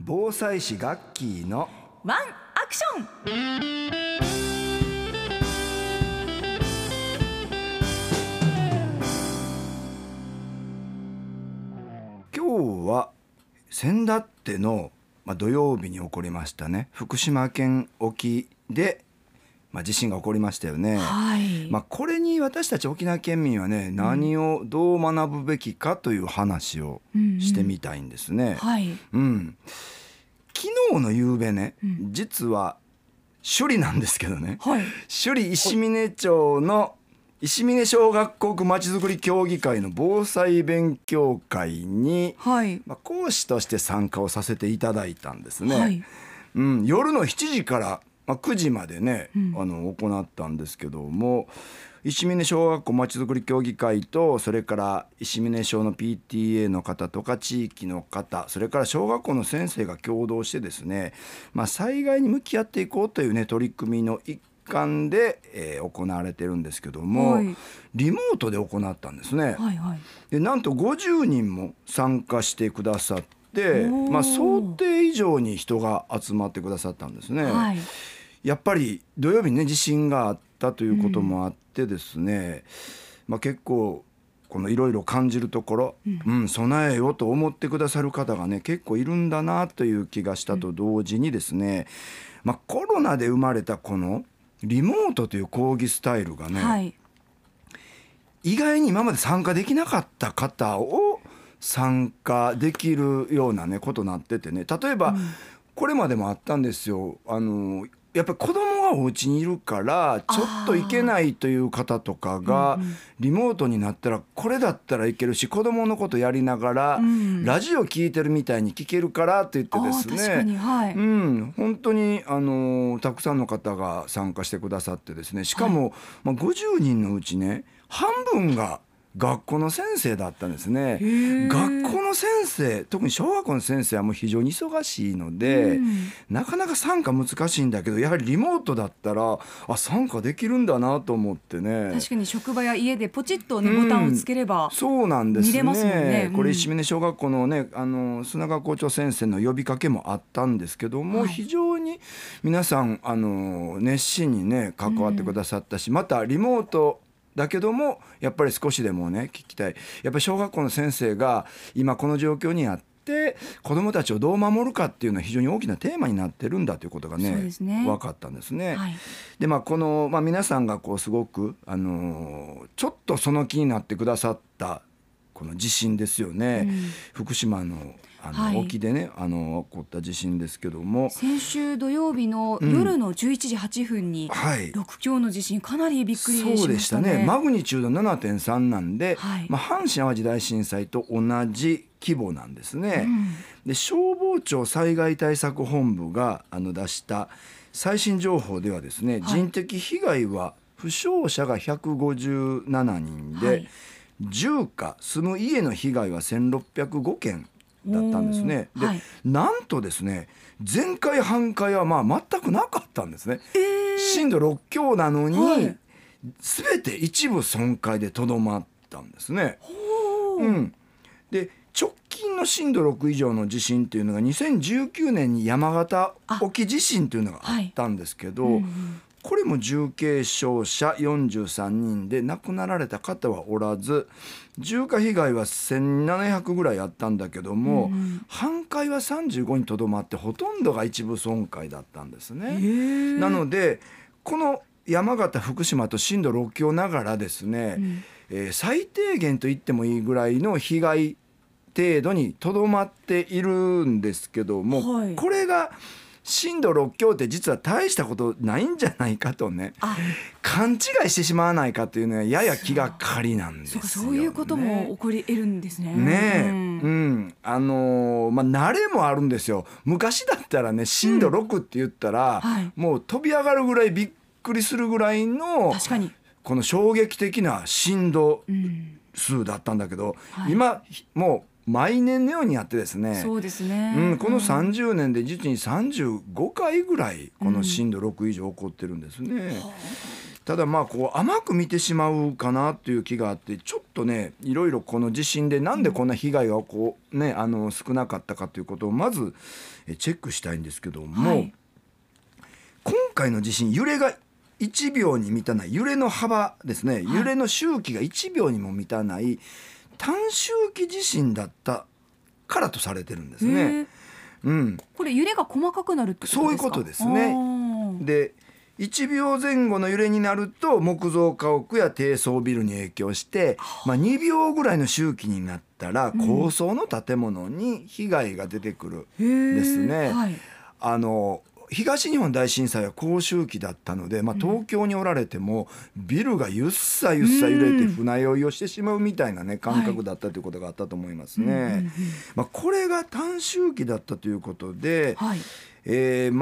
防災士ガッキーのワンアクション。 今日は先だっての、土曜日に起こりましたね、福島県沖で、地震が起こりましたよね。 はい。 これに私たち沖縄県民はね、何をどう学ぶべきかという話をしてみたいんですね。 はい。 昨日の夕べね、実は首里なんですけどね、 はい。 首里石峰町の石峰小学校区まちづくり協議会の防災勉強会に、 はい。 講師として参加をさせていただいたんですね。 はい。 夜の7時から9時までね、行ったんですけども、石峰小学校まちづくり協議会と、それから石峰小の PTA の方とか地域の方、それから小学校の先生が共同してですね、災害に向き合っていこうというね取り組みの一環で、行われてるんですけども、 はい。 リモートで行ったんですね。 はい。はい。 でなんと50人も参加してくださって、 おー想定以上に人が集まってくださったんですね。 はい。 やっぱり土曜日にね地震があったということもあってですね、結構このいろいろ感じるところ、備えようと思ってくださる方がね結構いるんだなという気がしたと同時にですね、コロナで生まれたこのリモートという講義スタイルがね、 はい。 意外に今まで参加できなかった方を参加できるようなねことになっててね、例えば、これまでもあったんですよ。やっぱり子供がお家にいるからちょっと行けないという方とかがリモートになったらこれだったらいけるし、子供のことやりながらラジオ聞いてるみたいに聞けるからって言ってですね、 確かに。はい。 本当にたくさんの方が参加してくださってですね、しかも、50人のうちね半分が学校の先生だったんですね。学校の先生、特に小学校の先生はもう非常に忙しいので、なかなか参加難しいんだけど、やはりリモートだったら参加できるんだなと思ってね。 確かに職場や家でポチッとね、ボタンをつければそうなんですね。 見れますもんね。 これ石峰小学校のね砂川校長先生の呼びかけもあったんですけども、非常に皆さん熱心にね関わってくださったし、またリモートだけどもやっぱり少しでもね聞きたい、やっぱり小学校の先生が今この状況にあって子どもたちをどう守るかっていうのは非常に大きなテーマになってるんだということがね分かったんですね。 はい。 でこの、皆さんがすごく、ちょっとその気になってくださったこの地震ですよね。福島の沖でね起こった地震ですけども、 先週土曜日の夜の11時8分に6強の地震、かなりびっくりしましたね。 そうでしたね。マグニチュード 7.3 なんで、 はい。 阪神淡路大震災と同じ規模なんですね。で消防庁災害対策本部が出した最新情報ではですね、人的被害は負傷者が157人で、住家住む家の被害は1605件だったんですね。で、なんとですね全壊半壊は全くなかったんですね。震度6強なのに、全て一部損壊でとどまったんですね。で直近の震度6以上の地震というのが2019年に山形沖地震というのがあったんですけど、これも重軽傷者43人で亡くなられた方はおらず、重火被害は1700ぐらいあったんだけども、半壊は35にとどまってほとんどが一部損壊だったんですね。なのでこの山形福島と震度6強ながらですね、最低限と言ってもいいぐらいの被害程度にとどまっているんですけども、これが震度6強って実は大したことないんじゃないかとね勘違いしてしまわないかというのはやや気がかりなんですよね。 そういうことも起こり得るんですね。 慣れもあるんですよ。昔だったらね震度6って言ったら、もう飛び上がるぐらいびっくりするぐらいのこの衝撃的な震度数だったんだけど、今もう毎年のようにやってですね、 そうですね、 この30年で実に35回ぐらいこの震度6以上起こってるんですね。 ただまあこう甘く見てしまうかなという気があって、ちょっとねいろいろこの地震でなんでこんな被害がこうね少なかったかということをまずチェックしたいんですけども、はい、今回の地震揺れが1秒に満たない、揺れの幅ですね、揺れの周期が1秒にも満たない短周期地震だったからとされてるんですね。 これ揺れが細かくなるってことですか？ そういうことですね。で1秒前後の揺れになると木造家屋や低層ビルに影響して、2秒ぐらいの周期になったら高層の建物に被害が出てくるんですね。東日本大震災は高周期だったので、東京におられてもビルがゆっさゆっさ揺れて船酔いをしてしまうみたいなね感覚だったということがあったと思いますね。これが短周期だったということで、建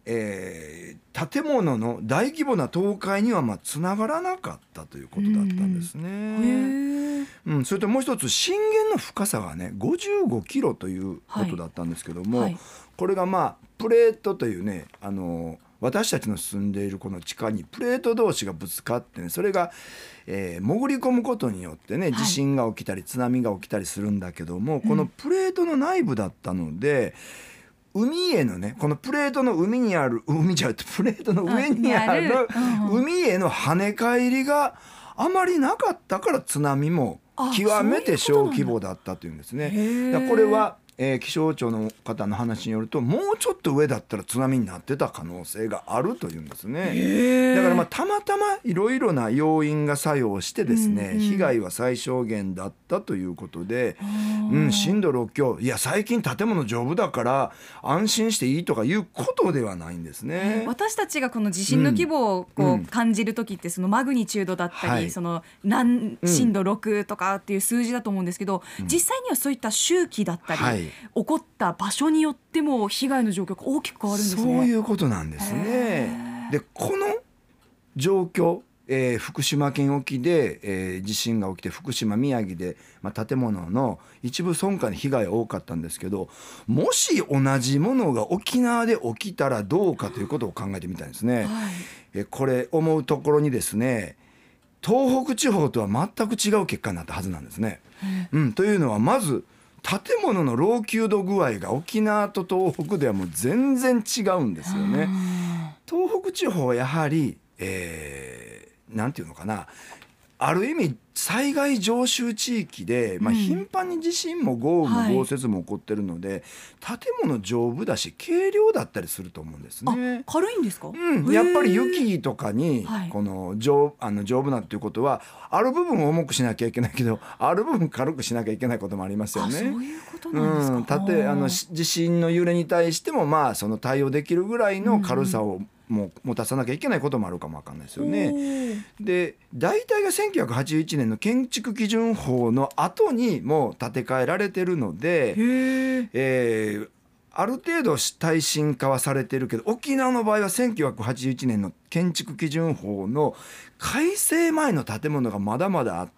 物の大規模な倒壊にはつながらなかったということだったんですね。それともう一つ、震源の深さがね55キロということだったんですけども、これがプレートというね私たちの住んでいるこの地下にプレート同士がぶつかってね、それが、潜り込むことによってね地震が起きたり津波が起きたりするんだけども、このプレートの内部だったので、海へのねこのプレートのプレートの上にある海への跳ね返りがあまりなかったから津波も極めて小規模だったというんですね。これは気象庁の方の話によると、もうちょっと上だったら津波になってた可能性があるというんですね。だからたまたまいろいろな要因が作用してですね、被害は最小限だったということで、震度6強、いや最近建物丈夫だから安心していいとかいうことではないんですね。 私たちがこの地震の規模を感じる時って、そのマグニチュードだったり、その何震度6とかっていう数字だと思うんですけど、実際にはそういった周期だったり、起こった場所によっても被害の状況が大きく変わるんですね。 そういうことなんですね。でこの状況、福島県沖で、地震が起きて福島宮城で、建物の一部損壊の被害が多かったんですけど、もし同じものが沖縄で起きたらどうかということを考えてみたいんですね。これ思うところにですね、東北地方とは全く違う結果になったはずなんですね。というのは、まず建物の老朽度具合が沖縄と東北ではもう全然違うんですよね。東北地方はやはり、なんていうのかな、ある意味災害常習地域で、頻繁に地震も豪雨も豪雪も起こってるので、建物丈夫だし軽量だったりすると思うんですね。 軽いんですか？ やっぱり雪とかにこの丈夫なっていうことは、ある部分を重くしなきゃいけないけど、ある部分軽くしなきゃいけないこともありますよね。 そういうことなんですか？ 地震の揺れに対してもその対応できるぐらいの軽さをもう持たさなきゃいけないこともあるかもわかんないですよね。で大体が1981年の建築基準法の後にもう建て替えられてるので、ある程度耐震化はされてるけど、沖縄の場合は1981年の建築基準法の改正前の建物がまだまだあって、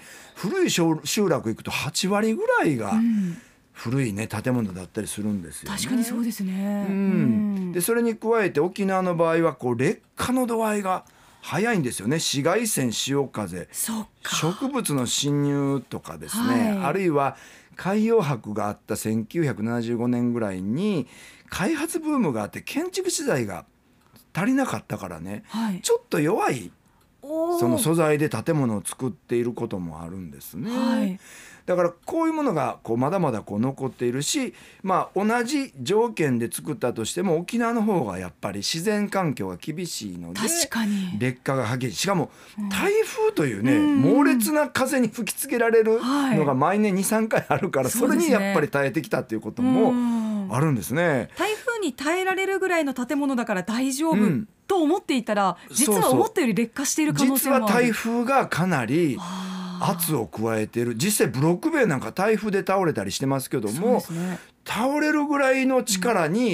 古い集落行くと8割ぐらいが、古いね建物だったりするんですよね。 確かにそうですね。 でそれに加えて沖縄の場合は劣化の度合いが早いんですよね。紫外線、潮風、植物の侵入とかですね、あるいは海洋博があった1975年ぐらいに開発ブームがあって、建築資材が足りなかったからね、ちょっと弱いその素材で建物を作っていることもあるんですね。だからこういうものがまだまだ残っているし、同じ条件で作ったとしても沖縄の方がやっぱり自然環境が厳しいので、劣化が激しい。しかも台風というね、猛烈な風に吹きつけられるのが毎年 2,3 回あるから、それにやっぱり耐えてきたっていうこともあるんですね。 台風に耐えられるぐらいの建物だから大丈夫、と思っていたら、実は思ったより劣化している可能性もある。 実は台風がかなり圧を加えている。実際ブロック塀なんか台風で倒れたりしてますけども、倒れるぐらいの力に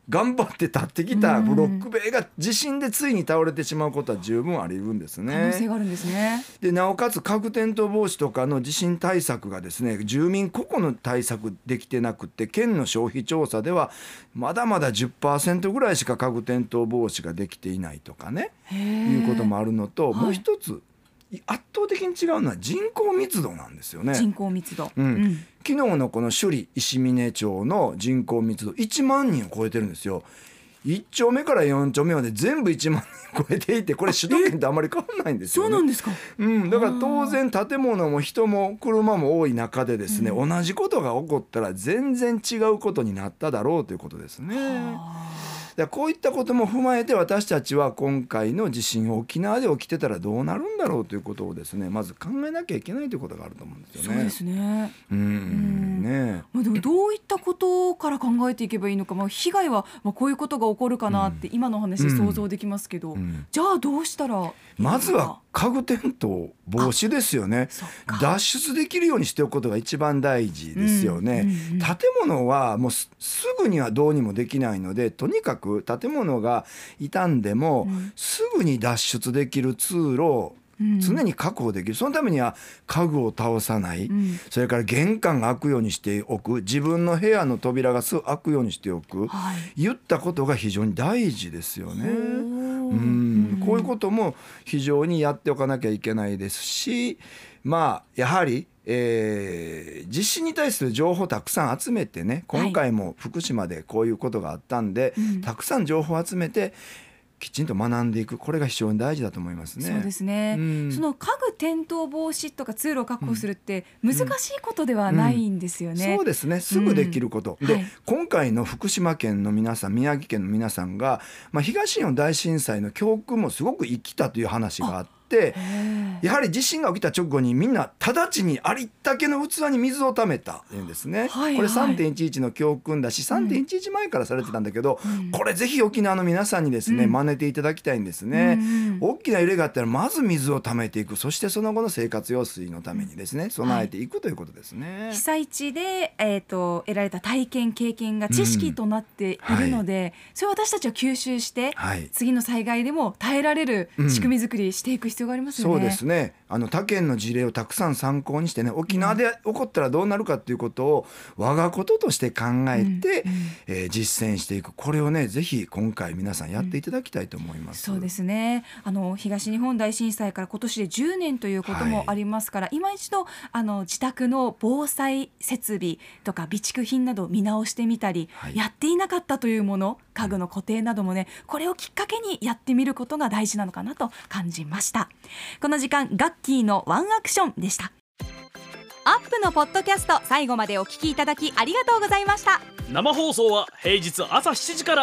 頑張って立ってきたブロック塀が地震でついに倒れてしまうことは十分あり得るんですね。 可能性があるんですね。 でなおかつ家具転倒防止とかの地震対策がですね、住民個々の対策できてなくて、県の消費調査ではまだまだ 10% ぐらいしか家具転倒防止ができていないとかね、いうこともあるのと、もう一つ圧倒的に違うのは人口密度なんですよね。 人口密度、 昨日のこの首里石峰町の人口密度1万人を超えてるんですよ。1丁目から4丁目まで全部1万人超えていて、これ首都圏とあまり変わらないんですよね。 そうなんですか。 だから当然建物も人も車も多い中でですね、同じことが起こったら全然違うことになっただろうということですね。だからこういったことも踏まえて、私たちは今回の地震沖縄で起きてたらどうなるんだろうということをですね、まず考えなきゃいけないということがあると思うんですよね。 そうですね。 ね。 でもどういったことから考えていけばいいのか、被害はこういうことが起こるかなって今の話で想像できますけど、じゃあどうしたらいいのか。 まずは家具転倒防止ですよね。脱出できるようにしておくことが一番大事ですよね。建物はもうすぐにはどうにもできないので、とにかく建物が傷んでもすぐに脱出できる通路を常に確保できる。そのためには家具を倒さない、それから玄関が開くようにしておく、自分の部屋の扉がすぐ開くようにしておく、言ったことが非常に大事ですよね。こういうことも非常にやっておかなきゃいけないですし、やはり地震に対する情報をたくさん集めてね、今回も福島でこういうことがあったんで、たくさん情報を集めてきちんと学んでいく、これが非常に大事だと思いますね。 そうですね、その家具転倒防止とか通路を確保するって難しいことではないんですよね。 そうですね、すぐできること、で、今回の福島県の皆さん、宮城県の皆さんが、東日本大震災の教訓もすごく生きたという話があって、やはり地震が起きた直後にみんな直ちにありったけの器に水をためたんですね。これ 3.11 の教訓だし、3.11 前からされてたんだけど、これぜひ沖縄の皆さんにですね、真似ていただきたいんですね。大きな揺れがあったらまず水をためていく、そしてその後の生活用水のためにですね、備えていくということですね。 被災地で、得られた体験経験が知識となっているので、それを私たちは吸収して、次の災害でも耐えられる仕組み作りしていく必要がありますよね。 そうですね、他県の事例をたくさん参考にしてね、沖縄で起こったらどうなるかということを我がこととして考えて、実践していく、これをねぜひ今回皆さんやっていただきたいと思います。 そうですね、東日本大震災から今年で10年ということもありますから、今一度自宅の防災設備とか備蓄品など見直してみたり、やっていなかったというもの、家具の固定などもね、これをきっかけにやってみることが大事なのかなと感じました。この時間、ガッキーのワンアクションでした。アップのポッドキャスト、最後までお聞きいただきありがとうございました。 生放送は平日朝7時から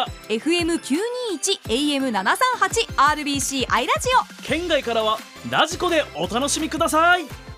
FM921 AM738 RBC アイラジオ、 県外からはラジコでお楽しみください。